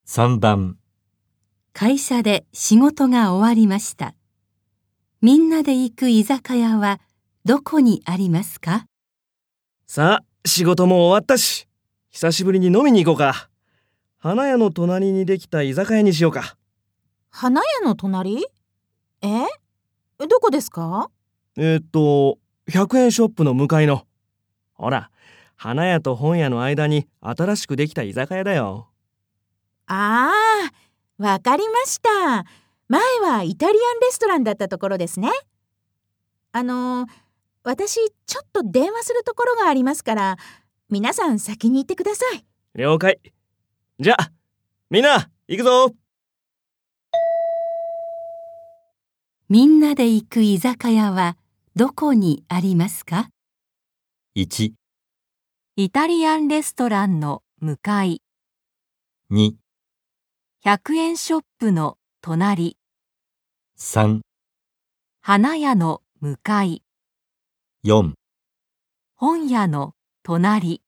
3番。 会社で仕事が終わりました。みんなで行く居酒屋はどこにありますか？ さあ、仕事も終わったし、久しぶりに飲みに行こうか。花屋の隣にできた居酒屋にしようか。 花屋の隣？どこですか 100円ショップの向かいの。ほら、花屋と本屋の間に新しくできた居酒屋だよ。 ああ、わかりました。前はイタリアンレストランだったところですね。私、ちょっと電話するところがありますから、皆さん先に行ってください。 了解。じゃあ、みんな、行くぞ。 みんなで行く居酒屋はどこにありますか？ 1、 イタリアンレストランの向かい。 2、 100円ショップの隣。 3、 花屋の向かい。 4。 本屋の隣。